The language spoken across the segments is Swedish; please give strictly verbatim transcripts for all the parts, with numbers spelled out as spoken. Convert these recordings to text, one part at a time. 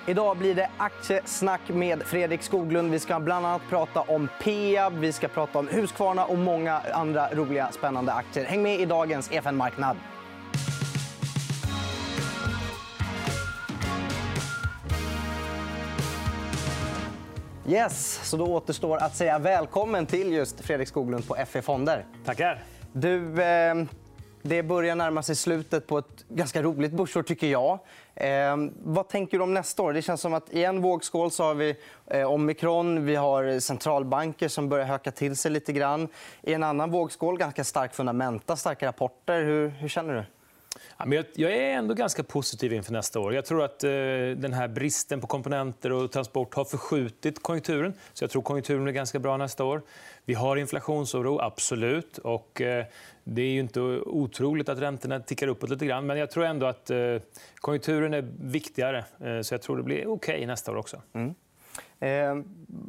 Idag blir det aktiesnack med Fredrik Skoglund. Vi ska bland annat prata om Peab, vi ska prata om Husqvarna och många andra roliga, spännande aktier. Häng med i dagens E F N-marknad. Yes, så då återstår att säga välkommen till just Fredrik Skoglund på F E Fonder. Tackar. Du, eh, det börjar närma sig slutet på ett ganska roligt börsår, tycker jag. Eh, vad tänker du om nästa år? Det känns som att i en vågskål så har vi eh, Omicron, vi har centralbanker som börjar höka till sig lite grann. I en annan vågskål ganska stark fundamenta, starka rapporter. Hur, hur känner du? Ja, men jag är ändå ganska positiv inför nästa år. Jag tror att eh, den här bristen på komponenter och transport har förskjutit konjunkturen. Så jag tror konjunkturen är ganska bra nästa år. Vi har inflationsoro, absolut. Och, eh, det är ju inte otroligt att räntorna tickar uppåt lite grann. Men jag tror ändå att eh, konjunkturen är viktigare. Eh, så jag tror det blir okej okay nästa år också. Mm. Eh,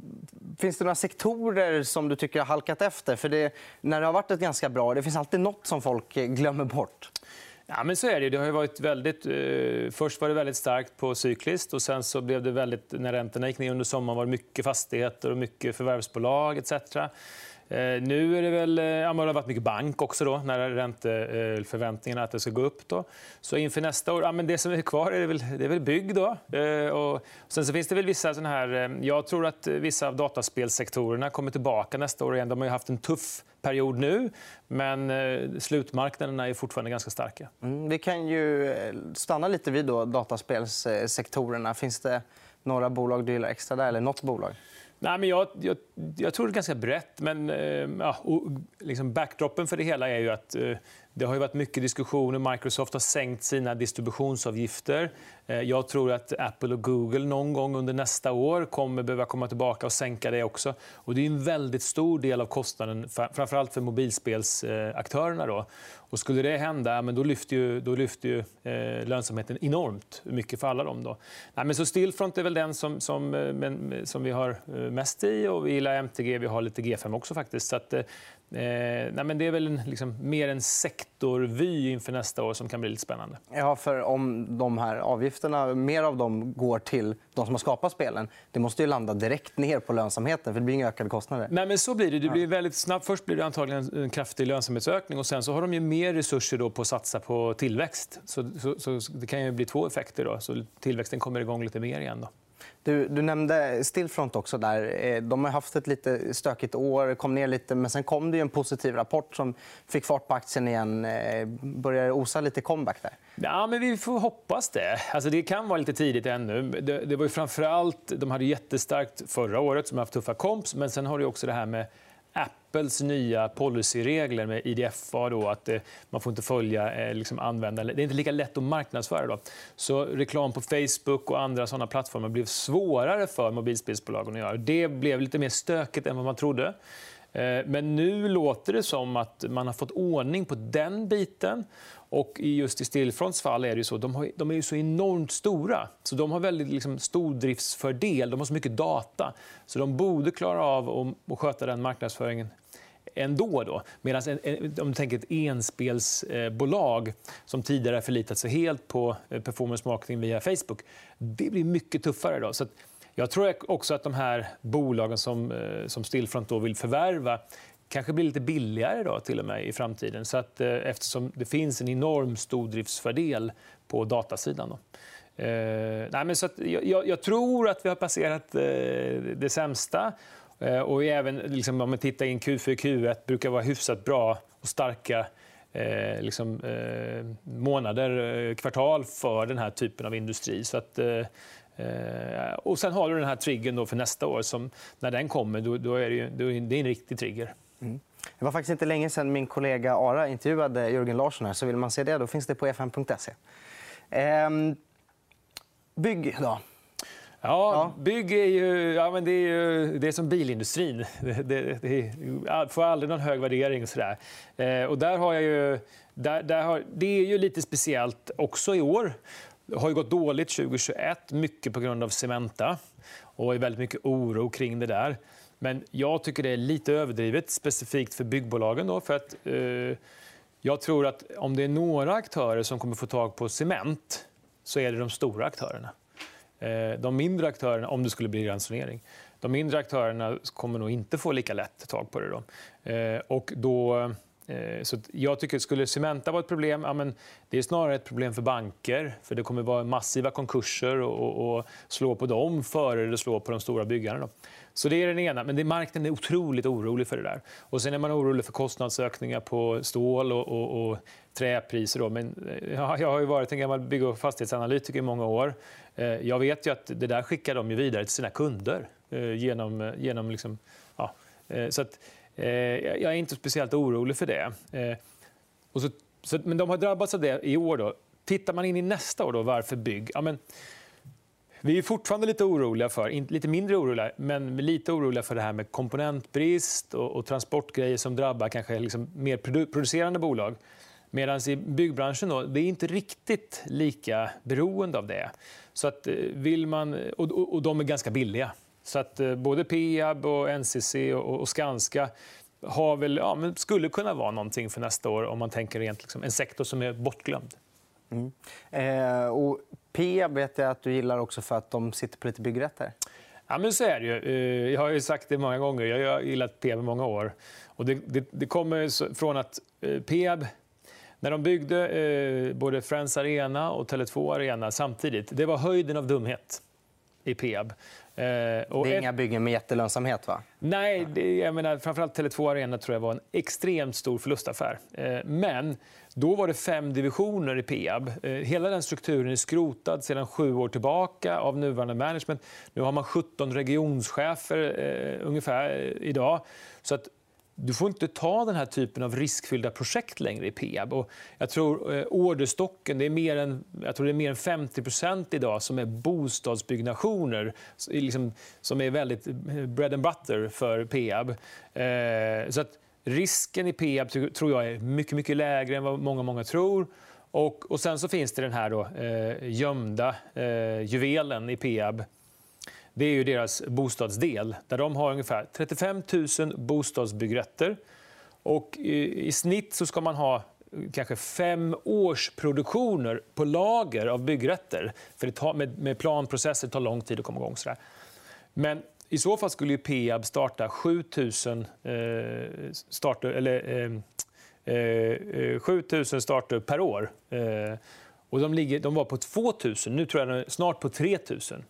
finns det några sektorer som du tycker har halkat efter? För det, när det har varit ett ganska bra, det finns alltid något som folk glömmer bort. Ja, men så är det. Det har ju varit väldigt, eh, först var det väldigt starkt på cykliskt och sen så blev det väldigt, när räntorna gick ner under sommaren var det mycket fastigheter och mycket förvärvsbolag et cetera. Eh, nu är det väl, ja, det har varit mycket bank också då, när ränteförväntningarna att det ska gå upp då. Så inför nästa år, ja, men det som är kvar är väl, det är väl bygg då. Eh, och sen så finns det väl vissa såna här, jag tror att vissa av dataspelsektorerna kommer tillbaka nästa år igen. De har ju haft en tuff period nu, men eh, slutmarknaderna är fortfarande ganska starka. Mm, vi kan ju stanna lite vid då, dataspelssektorerna. Finns det några bolag du gillar extra där, eller något bolag? Nej, men jag, jag, jag tror det är ganska brett. Men eh, ja, och, liksom backdropen för det hela är ju att eh, det har ju varit mycket diskussioner. Microsoft har sänkt sina distributionsavgifter. Eh, jag tror att Apple och Google någon gång under nästa år kommer behöva komma tillbaka och sänka det också. Och det är en väldigt stor del av kostnaden, framförallt för mobilspelsaktörerna då. Och skulle det hända, men då lyfter ju, då lyfter ju eh, lönsamheten enormt mycket för alla dem då. Nej, men så Stillfront är väl den som, som, men, som vi har mest i, och vi gillar M T G, vi har lite G fem också faktiskt. Så att, eh, nej, men det är väl en, liksom, mer en sektorvy inför nästa år som kan bli lite spännande. Ja, för om de här avgifterna, mer av dem går till de som har skapat spelen, det måste ju landa direkt ner på lönsamheten, för det blir inga ökade kostnader. Nej, men så blir det. Det blir väldigt snabbt. Först blir det antagligen en kraftig lönsamhetsökning och sen så har de ju mer resurser då på att satsa på tillväxt. Så, så, så det kan ju bli två effekter då. Så tillväxten kommer igång lite mer igen då. Du, du nämnde Stillfront också där. De har haft ett lite stökigt år, kom ner lite, men sen kom det en positiv rapport som fick fart på aktien igen. Börjar osa lite comeback där? Ja, men vi får hoppas det. Alltså, det kan vara lite tidigt ännu. Det, det var ju framförallt, de hade jättestarkt förra året som har haft tuffa komps, men sen har du också det här med Apples nya policyregler med I D F A då, att eh, man får inte följa eh, liksom användare. Det är inte lika lätt att marknadsföra då. Så reklam på Facebook och andra såna plattformar blev svårare för mobilspelsbolagen att göra. Det blev lite mer stökigt än vad man trodde. Eh, men nu låter det som att man har fått ordning på den biten. Och just i Stillfronts fall är det ju så, de, har, de är ju så enormt stora. Så de har väldigt liksom, stordriftsfördel. De har så mycket data. Så de borde klara av att, att sköta den marknadsföringen ändå. Då. Medan en, en, om du tänker ett enspelsbolag som tidigare har förlitat sig helt på performance marketing via Facebook, det blir mycket tuffare. Då. Så att jag tror också att de här bolagen som, som Stillfront då vill förvärva kanske blir lite billigare då, till och med i framtiden. Så att, eh, eftersom det finns en enorm stordriftsfördel på datasidan. Då. Eh, nej, men så att jag, jag tror att vi har passerat eh, det sämsta. Eh, och även liksom, om man tittar in Q fyra Q ett brukar vara hyfsat bra och starka eh, liksom, eh, månader, eh, kvartal för den här typen av industri. Så att, eh, och sen har du den här triggern då för nästa år. Som, när den kommer, då, då är det, ju, då är det en riktig trigger. Mm. Det var faktiskt inte länge sedan min kollega Ara intervjuade Jörgen Larsson här. Så vill man se det, då finns det på f m punkt se. Ehm, bygg då? Ja, bygg är ju, ja, men det är ju det är som bilindustrin. Det, det, det får aldrig någon hög värdering. Sådär. Eh, och där har jag ju, där, där har, det är ju lite speciellt också i år. Det har ju gått dåligt tjugohundratjugoett, mycket på grund av Cementa. Och är väldigt mycket oro kring det där. Men jag tycker det är lite överdrivet, specifikt för byggbolagen. Då, för att, eh, jag tror att om det är några aktörer som kommer få tag på cement så är det de stora aktörerna. De mindre aktörerna, om det skulle bli ransonering, de mindre aktörerna kommer nog inte få lika lätt tag på det då. Och då så jag tycker att skulle Cementa vara ett problem, ja, men det är snarare ett problem för banker, för det kommer vara massiva konkurser och, och slå på dem före det slår på de stora byggarna då. Så det är den ena, men det, marknaden är otroligt orolig för det där. Och sen är man orolig för kostnadsökningar på stål och, och, och träpriser då. Men ja, jag har ju varit en gammal bygg- och fastighetsanalytiker i många år. Jag vet ju att det där skickar de ju vidare till sina kunder genom, genom liksom, ja, så att jag är inte speciellt orolig för det. Och så, så, men de har drabbats av det i år då. Tittar man in i nästa år då, varför bygg? Ja, men vi är fortfarande lite oroliga för, lite mindre oroliga, men lite oroliga för det här med komponentbrist och, och transportgrejer som drabbar kanske liksom mer produ- producerande bolag. Medan i byggbranschen då, det är inte riktigt lika beroende av det. Så att vill man, och, och, och de är ganska billiga. Så att både Peab och N C C och, och Skanska har väl, ja, men skulle kunna vara någonting för nästa år om man tänker rent liksom, en sektor som är bortglömd. Mm. Eh, och Peab vet jag att du gillar också för att de sitter på lite byggrätter. Ja, men så är det ju. Jag har ju sagt det många gånger. Jag har gillat Peab i många år. Och det, det, det kommer från att Peab, när de byggde eh, både Friends Arena och Tele två Arena samtidigt, det var höjden av dumhet i Peab. Eh, och det är ett... inga byggen med jättelönsamhet, va? Nej, det, jag menar, framförallt Tele två Arena tror jag var en extremt stor förlustaffär. Eh, men då var det fem divisioner i Peab. Eh, hela den strukturen är skrotad sedan sju år tillbaka av nuvarande management. Nu har man sjutton regionschefer eh, ungefär eh, idag. Så att du får inte ta den här typen av riskfyllda projekt längre i Peab. Och jag tror eh, orderstocken, det är mer än, jag tror det är mer än femtio procent idag som är bostadsbyggnationer liksom, som är väldigt bread and butter för Peab. Eh, så att risken i Peab tror jag är mycket, mycket lägre än vad många, många tror. Och, och sen så finns det den här då, eh, gömda eh, juvelen i Peab. Det är ju deras bostadsdel, där de har ungefär trettiofem tusen bostadsbyggrätter. Och i, i snitt så ska man ha kanske fem års produktioner på lager av byggrätter. För det tar, med, med planprocesser tar lång tid att komma igång. Sådär. Men i så fall skulle ju Peab starta sju tusen eh, starter, eller, eh, eh, sju tusen starter per år. Eh, och de, ligger, de var på två tusen, nu tror jag de är snart på tre tusen.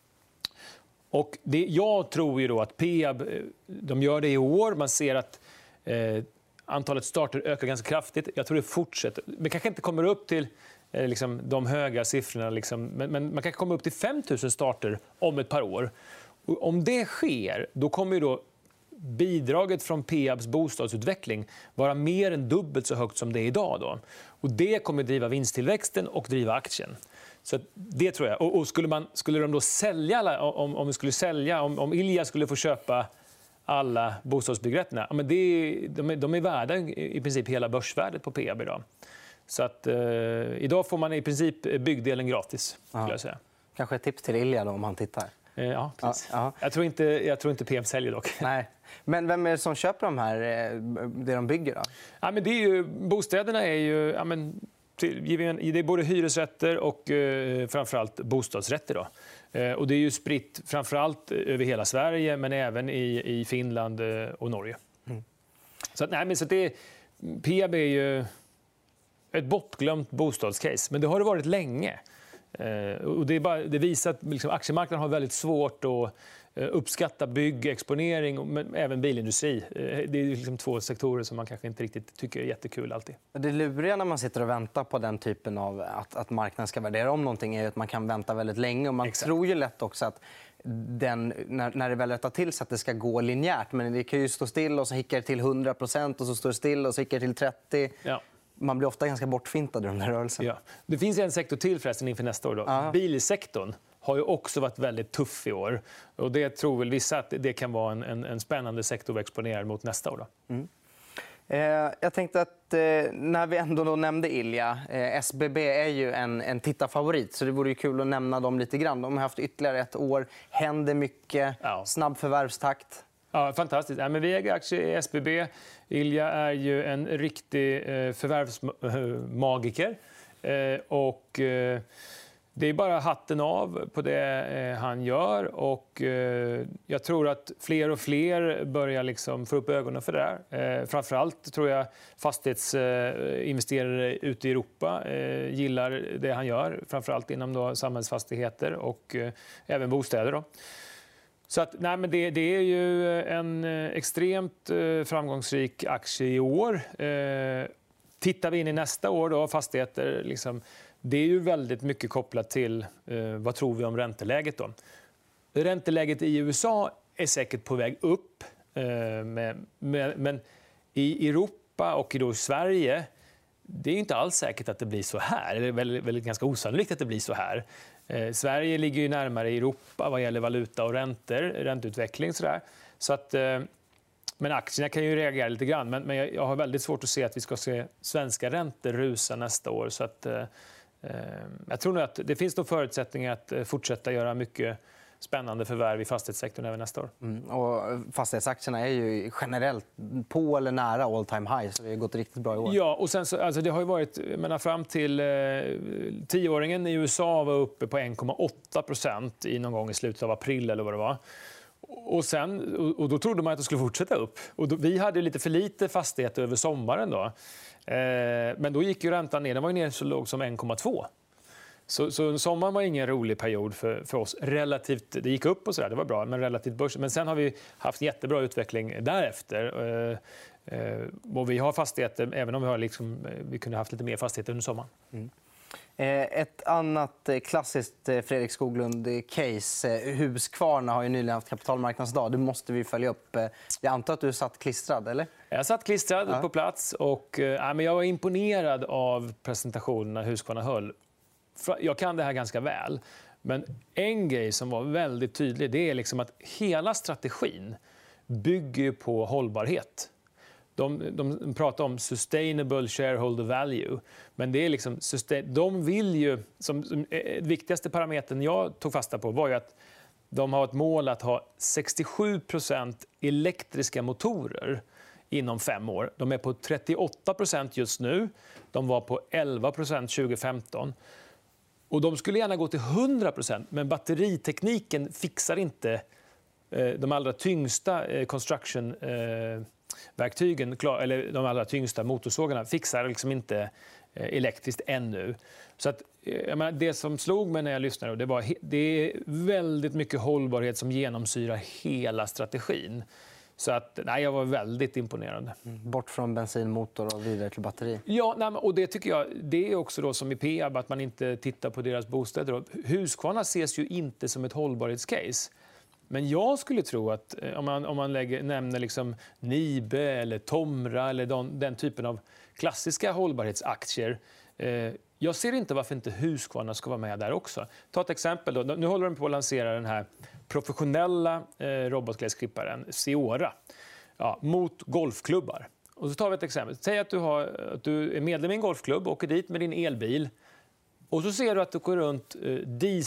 Och det, jag tror ju då att Peab, de gör det i år. Man ser att eh, antalet starter ökar ganska kraftigt. Jag tror det fortsätter. Men kanske inte kommer upp till eh, liksom, de höga siffrorna. Liksom. Men, men man kanske kommer upp till fem tusen starter om ett par år. Och om det sker, då kommer ju då bidraget från Peabs bostadsutveckling vara mer än dubbelt så högt som det är idag. Då. Och det kommer driva vinsttillväxten och driva aktien. Så det tror jag. Och, och skulle, man, skulle de då sälja, alla, om, om, vi skulle sälja om, om Ilja skulle få köpa alla bostadsbyggrätterna, ja, men det, de, är, de är värda i princip hela börsvärdet på Peab idag. Så att eh, idag får man i princip byggdelen gratis, skulle jag säga. Kanske ett tips till Ilja då, om han tittar. Eh, ja, precis. Ja, ja. Jag tror inte, jag tror inte Peab säljer dock. Nej. Men vem är det som köper de här, det de bygger då? Ja, men det är ju, bostäderna är ju... Ja, men, det är både hyresrätter och eh, framförallt bostadsrätter. Då. Eh, och det är ju spritt framförallt över hela Sverige, men även i, i Finland eh, och Norge. Mm. Så, att, nej, men så det, Peab är ju ett bortglömt bostadscase, men det har det varit länge. Eh, och det, är bara, det visar att liksom, aktiemarknaden har väldigt svårt att uppskatta byggexponering, men även bilindustri. Det är liksom två sektorer som man kanske inte riktigt tycker är jättekul alltid. Det luriga när man sitter och väntar på den typen av att, att marknaden ska värdera om någonting är att man kan vänta väldigt länge. Och man Exakt. tror ju lätt också att den, när, när det väl rättar till sig att det ska gå linjärt. Men det kan ju stå still och så hickar det till hundra procent och så står det still och så hickar det till trettio. Ja. Man blir ofta ganska bortfintad i de där rörelserna. Ja. Det finns en sektor till förresten inför nästa år. Då. Ja. Bilsektorn har ju också varit väldigt tuff i år. Och det tror väl vissa att det kan vara en, en, en spännande sektor att exponera mot nästa år. Då. Mm. Eh, jag tänkte att eh, när vi ändå då nämnde Ilja, eh, S B B är ju en, en tittarfavorit, så det vore ju kul att nämna dem lite grann. De har haft ytterligare ett år, händer mycket, ja. snabb förvärvstakt. Ja, fantastiskt. Ja, men vi äger aktier i S B B. Ilja är ju en riktig eh, förvärvsmagiker. Eh, och... Eh, det är bara hatten av på det eh, han gör. Och, eh, jag tror att fler och fler börjar liksom få upp ögonen för det där. Eh, framförallt tror jag fastighetsinvesterare eh, ute i Europa eh, gillar det han gör. Framförallt inom då samhällsfastigheter och eh, även bostäder. Då. Så att, nej, men det, det är ju en extremt eh, framgångsrik aktie i år. Eh, tittar vi in i nästa år, då, fastigheter, liksom, det är ju väldigt mycket kopplat till eh, vad tror vi om ränteläget. Då. Ränteläget i U S A är säkert på väg upp. Eh, med, med, men i Europa och i Sverige, det är inte alls säkert att det blir så här. Det är väldigt, väldigt ganska osannolikt att det blir så här. Eh, Sverige ligger ju närmare Europa vad gäller valuta och räntor, ränteutveckling. Sådär. Så att, eh, men aktierna kan ju reagera lite grann. Men, men jag, jag har väldigt svårt att se att vi ska se svenska räntor rusa nästa år. Så att, eh, jag tror nog att det finns nog förutsättningar att fortsätta göra mycket spännande förvärv i fastighetssektorn även nästa år. Mm. Och fastighetsaktierna är ju generellt på eller nära all time high, så det har gått riktigt bra i år. Ja, och sen så, alltså det har ju varit, menar, fram till eh, tioåringen i U S A var uppe på en komma åtta procent i någon gång i slutet av april eller vad det var. Och, sen, och då trodde man att det skulle fortsätta upp. Och då, vi hade lite för lite fastigheter över sommaren då. Eh, men då gick ju räntan ner. Den var ju ner så låg som en komma två. Så, så sommaren var ingen rolig period för, för oss. Relativt, det gick upp och så där, det var bra, men relativt börs. Men sen har vi haft jättebra utveckling därefter. Eh, eh, och vi har fastigheter, även om vi har liksom, vi kunde haft lite mer fastigheter under sommaren. Mm. Ett annat klassiskt Fredrik Skoglund-case. Husqvarna har ju nyligen haft kapitalmarknadsdag. Det måste vi följa upp. Jag antar att du satt klistrad, eller? Jag satt klistrad ja. på plats och äh, men jag var imponerad av presentationerna Husqvarna höll. Jag kan det här ganska väl. Men en grej som var väldigt tydlig, det är liksom att hela strategin bygger på hållbarhet. De, de pratar om sustainable shareholder value. Men det är liksom, de vill ju, som, som viktigaste parametern jag tog fasta på var ju att de har ett mål att ha sextiosju procent elektriska motorer inom fem år. De är på trettioåtta procent just nu. De var på elva procent tjugo femton. Och de skulle gärna gå till hundra procent, men batteritekniken fixar inte eh, de allra tyngsta eh, construction eh, verktygen, eller de allra tyngsta motorsågarna fixar liksom inte elektriskt ännu. Så att, jag menar, det som slog mig när jag lyssnade, det var det är väldigt mycket hållbarhet som genomsyrar hela strategin. Så att, nej, jag var väldigt imponerad. Bort från bensinmotor och vidare till batteri. Ja, nej, och det tycker jag, det är också då som i P E A B att man inte tittar på deras bostäder. Husqvarna ses ju inte som ett hållbarhetscase. Men jag skulle tro att om man, om man lägger, nämner liksom Nibe eller Tomra eller den, den typen av klassiska hållbarhetsaktier. Eh, jag ser inte varför inte Husqvarna ska vara med där också. Ta ett exempel. Då. Nu håller de på att lansera den här professionella eh, robotgräsklipparen Seora ja, mot golfklubbar. Och så tar vi ett exempel. Säg att du, har, att du är medlem i en golfklubb och åker dit med din elbil. Och så ser du att du går runt eh,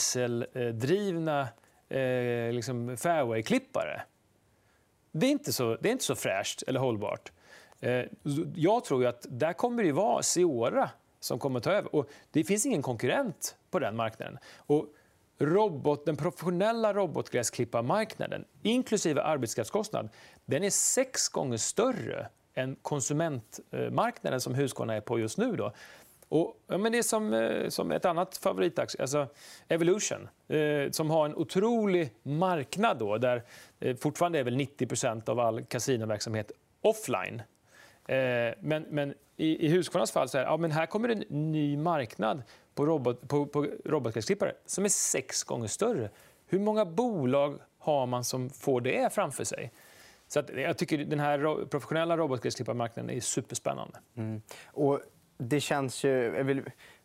dieseldrivna Eh, liksom fairway-klippare. Det är inte så, det är inte så fräscht eller hållbart. Eh, jag tror ju att där kommer det vara Seora som kommer ta över. Och det finns ingen konkurrent på den marknaden. Och robot, den professionella robotgräsklipparmarknaden, inklusive arbetskraftskostnad, den är sex gånger större än konsumentmarknaden som Husqvarna är på just nu. Då. Och, ja, men det är som, som ett annat favoritaktie, alltså Evolution, eh, som har en otrolig marknad då, där eh, fortfarande är väl nittio procent av all kasinoverksamhet offline. Eh, men men i, i Husqvarnas fall så är ja, men här kommer en ny marknad på, robot, på, på robotgräsklippare som är sex gånger större. Hur många bolag har man som får det framför sig? Så att jag tycker den här professionella robotgräsklipparmarknaden är superspännande. Mm. Och det känns ju... Vill,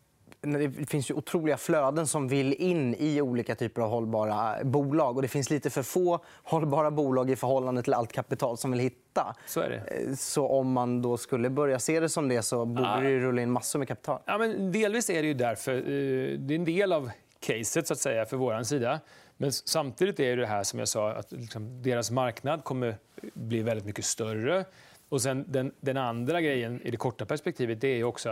det finns ju otroliga flöden som vill in i olika typer av hållbara bolag. Och det finns lite för få hållbara bolag i förhållande till allt kapital som vill hitta. Så är det. Så om man då skulle börja se det som det så borde ja. det rulla in massor med kapital. Ja, men delvis är det ju därför. Det är en del av caset så att säga för vår sida. Men samtidigt är det här som jag sa att liksom deras marknad kommer bli väldigt mycket större. Och sen den, den andra grejen i det korta perspektivet det är ju också att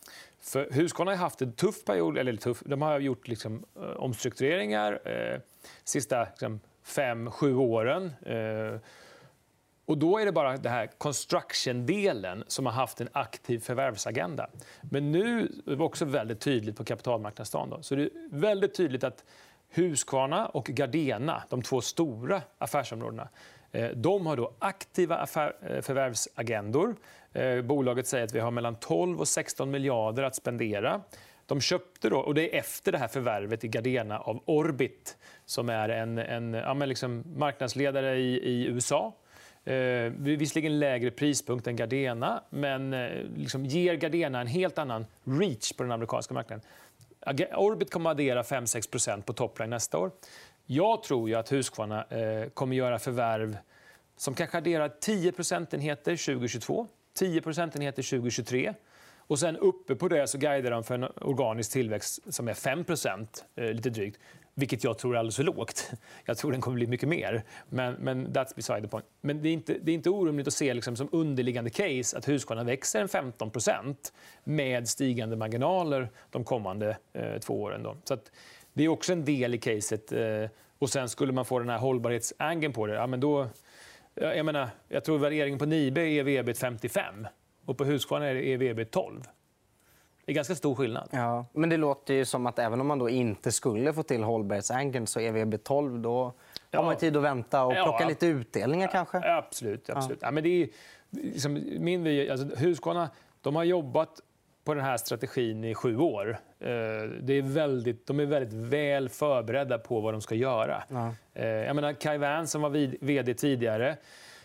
För Husqvarna har haft en tuff period, eller tuff, de har gjort liksom, eh, omstruktureringar eh, sista liksom, fem, sju åren. Eh, och då är det bara det här construction-delen som har haft en aktiv förvärvsagenda. Men nu är det också väldigt tydligt på kapitalmarknadsdagen. Då. Så det är väldigt tydligt att Husqvarna och Gardena, de två stora affärsområdena, de har då aktiva affär, förvärvsagendor. Bolaget säger att vi har mellan tolv och sexton miljarder att spendera. De köpte då, och det är efter det här förvärvet i Gardena av Orbit, som är en, en ja, men liksom marknadsledare i, i U S A. Eh, visserligen lägre prispunkt än Gardena, men eh, liksom ger Gardena en helt annan reach på den amerikanska marknaden. Orbit kommer att addera fem till sex procent på topline nästa år. Jag tror ju att Husqvarna eh, kommer göra förvärv som kanske adderar tio procentenheter tjugohundratjugotvå, tio procentenheter tjugohundratjugotre. Och sen uppe på det så guidar de för en organisk tillväxt som är fem procent, eh, lite drygt. Vilket jag tror är alldeles för lågt. Jag tror den kommer bli mycket mer. Men, men that's beside the point. Men det är inte, det är inte orimligt att se liksom som underliggande case att Husqvarna växer en femton procent med stigande marginaler de kommande eh, två åren. Då. Så att det är också en del i caset. Eh, och sen skulle man få den här hållbarhetsangeln på det. Ja, men då, jag, menar, jag tror värderingen på Nibe är V B femtiofem. Och på Husqvarna är det V B tolv. Det är ganska stor skillnad. Ja, men det låter ju som att även om man då inte skulle få till hållbarhetsangeln så är V B tolv då ja. har man tid att vänta och plocka ja, lite utdelningar ja, kanske. Ja, absolut, absolut. Ja. Ja, men det är liksom, min, alltså, Husqvarna, de har jobbat på den här strategin i sju år. Det är väldigt, de är väldigt väl förberedda på vad de ska göra. Ja. Jag menar, Kai Wärn som var vd tidigare,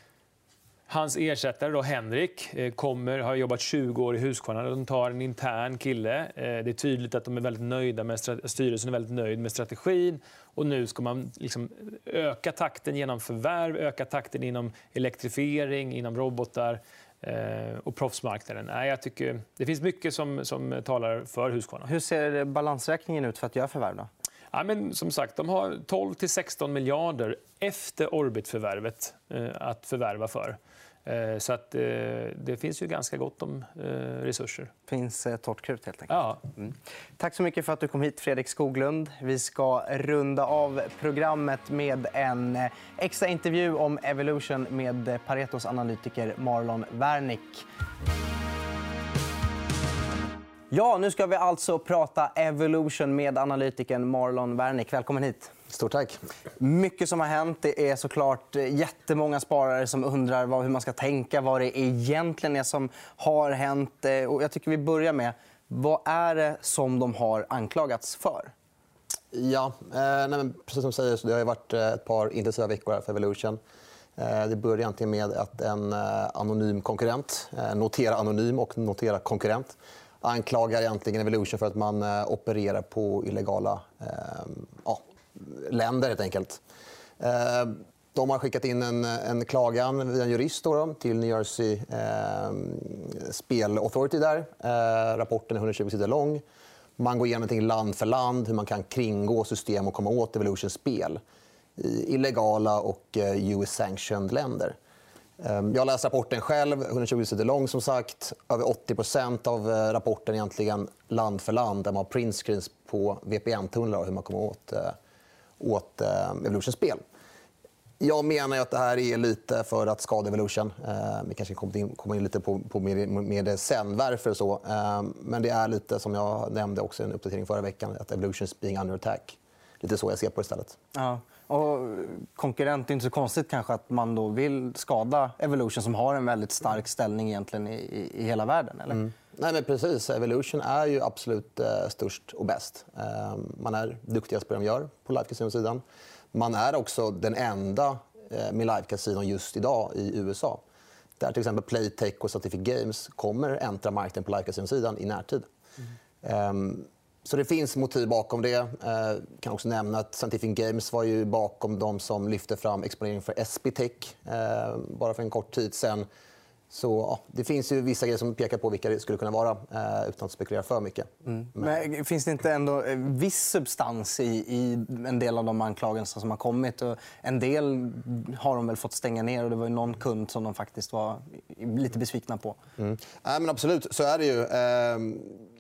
hans ersättare då, Henrik, kommer, har jobbat tjugo år i Husqvarna. De tar en intern kille. Det är tydligt att de är väldigt nöjda med styrelsen är väldigt nöjd med strategin. Och nu ska man liksom öka takten genom förvärv, öka takten inom elektrifiering, inom robotar och proffsmarknaden. Nej, jag tycker det finns mycket som, som talar för Husqvarna. Hur ser balansräkningen ut för att göra förvärv då? Ja, men som sagt, de har tolv till sexton miljarder efter Orbit-förvärvet eh, att förvärva för. Eh, så att, eh, det finns ju ganska gott om eh, resurser. Det finns eh, torrt krut helt enkelt. Ja. Mm. Tack så mycket för att du kom hit, Fredrik Skoglund. Vi ska runda av programmet med en extra intervju om Evolution med Paretos analytiker Marlon Wernick. Ja, nu ska vi alltså prata Evolution med analytikern Marlon Wernick. Välkommen hit. Stort tack. Mycket som har hänt. Det är såklart jättemånga sparare som undrar vad, hur man ska tänka, vad det egentligen är som har hänt. Och jag tycker vi börjar med, vad är det som de har anklagats för? Ja, eh, nej, men precis som du säger, så det har varit ett par intensiva veckor här för Evolution. Det började egentligen med att en anonym konkurrent, notera anonym och notera konkurrent, anklagar egentligen Evolution för att man eh, opererar på illegala eh, ja, länder, helt enkelt. Eh, de har skickat in en, en klagan via en jurist då, då, till New Jersey eh, Spel Authority. Där. Eh, rapporten är hundratjugo sidor lång. Man går igenom land för land hur man kan kringgå system och komma åt Evolutions spel i illegala och eh, U S-sanctioned länder. Jag har läst rapporten själv, hundratjugo sidor lång som sagt. Över åttio procent av rapporten egentligen land för land där man har printscreens på V P N-tunnlar och hur man kommer åt, åt Evolutions spel. Jag menar att det här är lite för att skada Evolution. Vi kanske kommer in, kommer in lite på, på med, med det sen, varför så. Men det är lite som jag nämnde också i en uppdatering förra veckan, att Evolution is being under attack. Lite så jag ser på det istället. Ja. Och konkurrent är inte så konstigt kanske att man då vill skada Evolution som har en väldigt stark ställning egentligen i, i hela världen, eller? Mm. Nej, men precis. Evolution är ju absolut eh, störst och bäst. Eh, man är duktigast på det de gör på live-casino-sidan. Man är också den enda eh, med live-casino just idag i U S A. Där till exempel Playtech och Scientific Games kommer äntra marknaden på live-casino-sidan i närtid. Mm. Eh, Så det finns motiv bakom det. Jag kan också nämna att Scientific Games var ju bakom de som lyfte fram exponering för S B Tech bara för en kort tid sedan. Så ja, det finns ju vissa grejer som pekar på vilka det skulle kunna vara utan att spekulera för mycket. Mm. Men finns det inte ändå viss substans i, i en del av de anklagelser som har kommit? Och en del har de väl fått stänga ner och det var ju någon kund som de faktiskt var lite besvikna på. Mm. Ja, men absolut, så är det ju.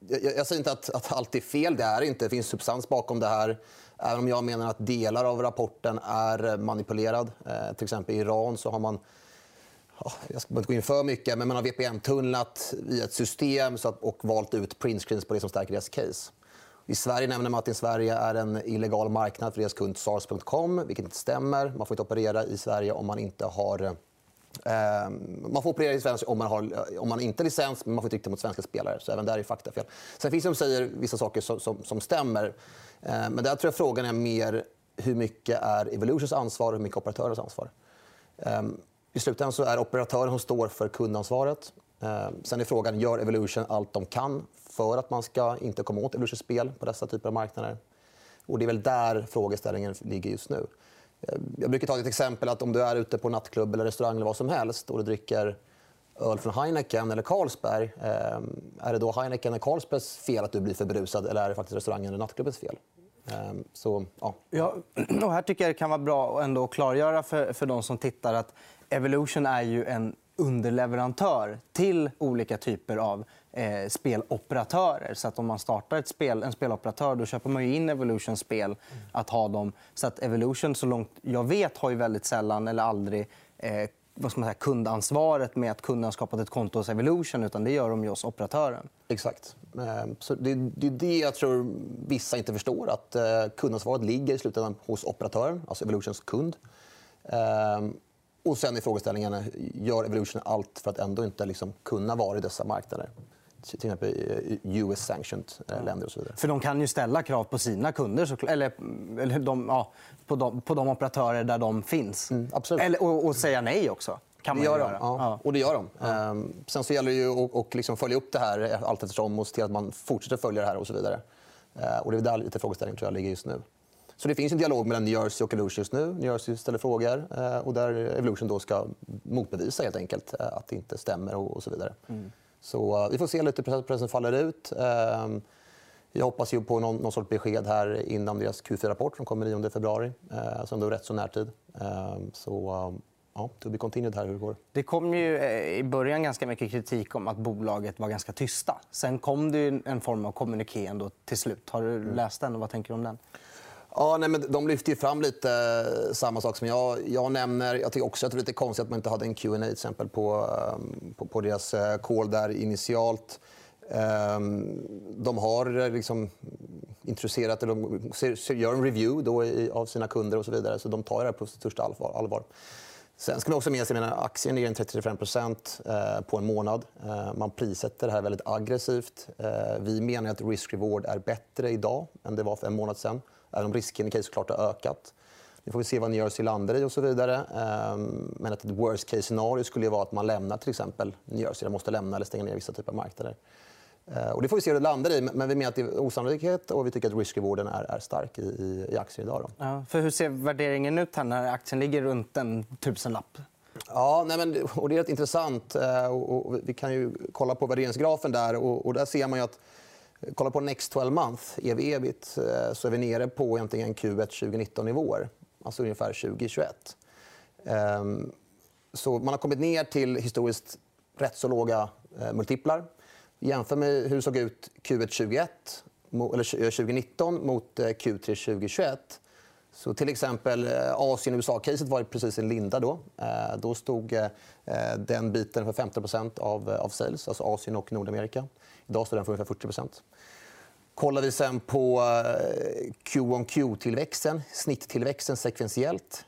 jag, jag säger inte att, att allt är fel. Det är inte. Det finns substans bakom det här. Även om jag menar att delar av rapporten är manipulerad. Eh, till exempel i Iran så har man... Ja, jag ska inte gå in för mycket, men man har V P N-tunnlat i ett system så att, och valt ut printscreens på det som stärker deras case. I Sverige nämner man att i Sverige är en illegal marknad för deras kund sars punkt com, vilket inte stämmer. Man får inte operera i Sverige om man inte har... Eh, man får operera i Sverige om man, har, om man inte har licens, men man får inte rikta mot svenska spelare. Så även där är faktafel. Sen finns det som säger vissa saker som, som, som stämmer. Eh, men där tror jag frågan är mer hur mycket är Evolutions ansvar och hur mycket operatörens ansvar. Eh, I slutändan så är operatören som står för kundansvaret. Eh, sen är frågan, gör Evolution allt de kan för att man ska inte komma åt Evolutions spel på dessa typer av marknader? Och det är väl där frågeställningen ligger just nu. Eh, jag brukar ta ett exempel att om du är ute på nattklubb eller restaurang eller vad som helst och du dricker öl från Heineken eller Carlsberg, eh, är det då Heineken eller Carlsbergs fel att du blir för berusad eller är det faktiskt restaurangen eller nattklubbens fel? Så, ja. Ja, och här tycker jag det kan vara bra ändå att klargöra för, för de som tittar att Evolution är ju en underleverantör till olika typer av eh, speloperatörer. Så att om man startar ett spel, en speloperatör då köper man ju in Evolutions spel att ha dem. Så att Evolution, så långt jag vet, har ju väldigt sällan eller aldrig eh, vad ska man säga, kundansvaret med att kunden har skapat ett konto hos Evolution, utan det gör de ju hos operatören. Exakt. Så det är det jag tror vissa inte förstår, att kundansvaret ligger i slutändan hos operatören, alltså Evolutions kund. Och sen är frågeställningen, gör Evolution allt för att ändå inte liksom kunna vara i dessa marknader? Till exempel U S-sanctioned länder och så vidare. För de kan ju ställa krav på sina kunder, så, eller, eller de, ja, på, de, på de operatörer där de finns. Mm, absolut. Eller, och, och säga nej också. Kan man det gör göra. de. Ja. Ja. Och det gör de. Ja. Um, sen så gäller det ju att och liksom följa upp det här allt eftersom och se till att man fortsätter följa det här och så vidare. Uh, och det är där lite frågeställningen tror jag ligger just nu. Så det finns en dialog mellan New Jersey och Evolution just nu. New Jersey ställer frågor uh, och där Evolution då ska motbevisa helt enkelt uh, att det inte stämmer och, och så vidare. Mm. Så uh, vi får se lite hur processen faller ut. Uh, jag hoppas ju på någon, någon sorts besked här innan deras Q fyra-rapport som kommer nionde februari. Uh, som då är rätt så närtid. Uh, så... Uh, Ja, to be continued här hur det går. Det kom ju i början ganska mycket kritik om att bolaget var ganska tysta. Sen kom det ju en form av kommuniké ändå till slut. Har du mm. läst den och vad tänker du om den? Ja, nej, men de lyfter ju fram lite samma sak som jag, jag nämner. Jag tycker också att det är lite konstigt att man inte hade en Q and A till exempel på, på, på deras call där initialt. De har liksom intresserat, eller de gör en review då av sina kunder och så vidare. Så de tar det här på största allvar. Sen ska man också med sig att aktien ner trettio till trettiofem procent på en månad. Man prissätter det här väldigt aggressivt. Vi menar att risk-reward är bättre idag än det var för en månad sedan. Även om risken i case såklart har ökat. Nu får vi se vad New Jersey landar i och så vidare. Men ett worst case scenario skulle ju vara att man lämnar till exempel New Jersey. Man måste lämna eller stänga ner vissa typer av marknader. Och det får vi se hur det landar i. Men vi menar att det är osannolikhet och vi tycker att risk-rewarden är, är stark i, i aktier idag. Då. Ja, för hur ser värderingen ut här när aktien ligger runt en tusenlapp? Ja, nej men, och det är rätt intressant. Och, och vi kan ju kolla på värderingsgrafen där. Och, och där ser man ju att kolla på next twelve month, E V ebit, så är vi nere på egentligen Q ett tjugonitton-nivåer. Alltså ungefär tjugo tjugoett. Um, så man har kommit ner till historiskt rätt så låga uh, multiplar. Jämför med hur det såg ut Q ett tjugoett, eller tjugonitton mot Q tre tjugohundratjugoett. Så till exempel Asien och U S A-caset var precis en linda då. Då stod den biten för femton procent av, av sales, alltså Asien och Nordamerika. Idag står den för ungefär fyrtio procent. Kollar vi sen på Q on Q-tillväxten, snitttillväxten sekventiellt.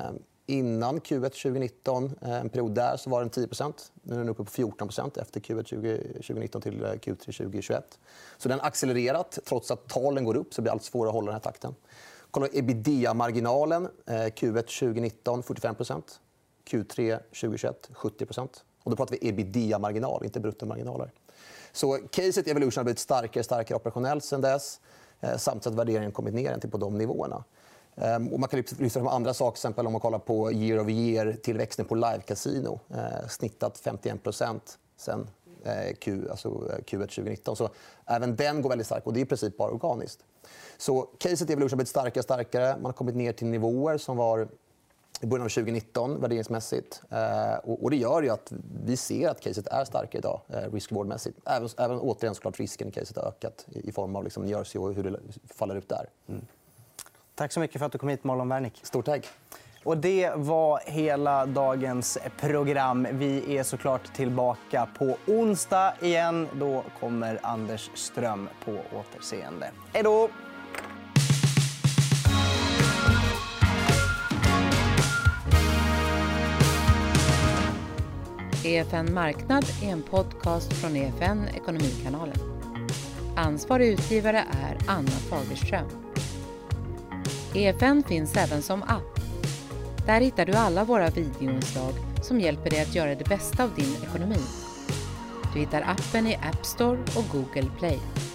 Innan Q ett tjugonitton, en period där, så var den tio procent. Nu är den uppe på fjorton procent efter Q ett tjugonitton till Q tre tjugohundratjugoett. Så den har accelererat. Trots att talen går upp så blir det allt svårare att hålla den här takten. Kolla ebitda-marginalen. Q ett tjugonitton fyrtiofem procent. Q tre tjugohundratjugoett sjuttio procent. Och då pratar vi ebitda-marginal, inte bruttomarginaler. Så caset Evolution har blivit starkare starkare operationellt sedan dess. Samt att värderingen kommit ner till på de nivåerna. Och man kan lyfta fram andra saker, till exempel om man kollar på year over year-tillväxten på live-casino. Eh, snittat femtioen procent sen eh, Q, alltså Q ett tjugonitton. Så även den går väldigt starkt och det är i princip bara organiskt. Så caset Evolution har blivit starkare och starkare. Man har kommit ner till nivåer som var i början av tjugonitton värderingsmässigt. Och det gör ju att vi ser att caset är starkare idag riskvårdmässigt. Även, även återigen såklart risken i caset har ökat i form av liksom Jersey och hur det faller ut där. Mm. Tack så mycket för att du kom hit, Marlon Wernick. Stort tack. Och det var hela dagens program. Vi är såklart tillbaka på onsdag igen. Då kommer Anders Ström på återseende. Hej då! E F N Marknad är en podcast från E F N Ekonomikanalen. Ansvarig utgivare är Anna Fagerström. E F N finns även som app. Där hittar du alla våra videoinslag som hjälper dig att göra det bästa av din ekonomi. Du hittar appen i App Store och Google Play.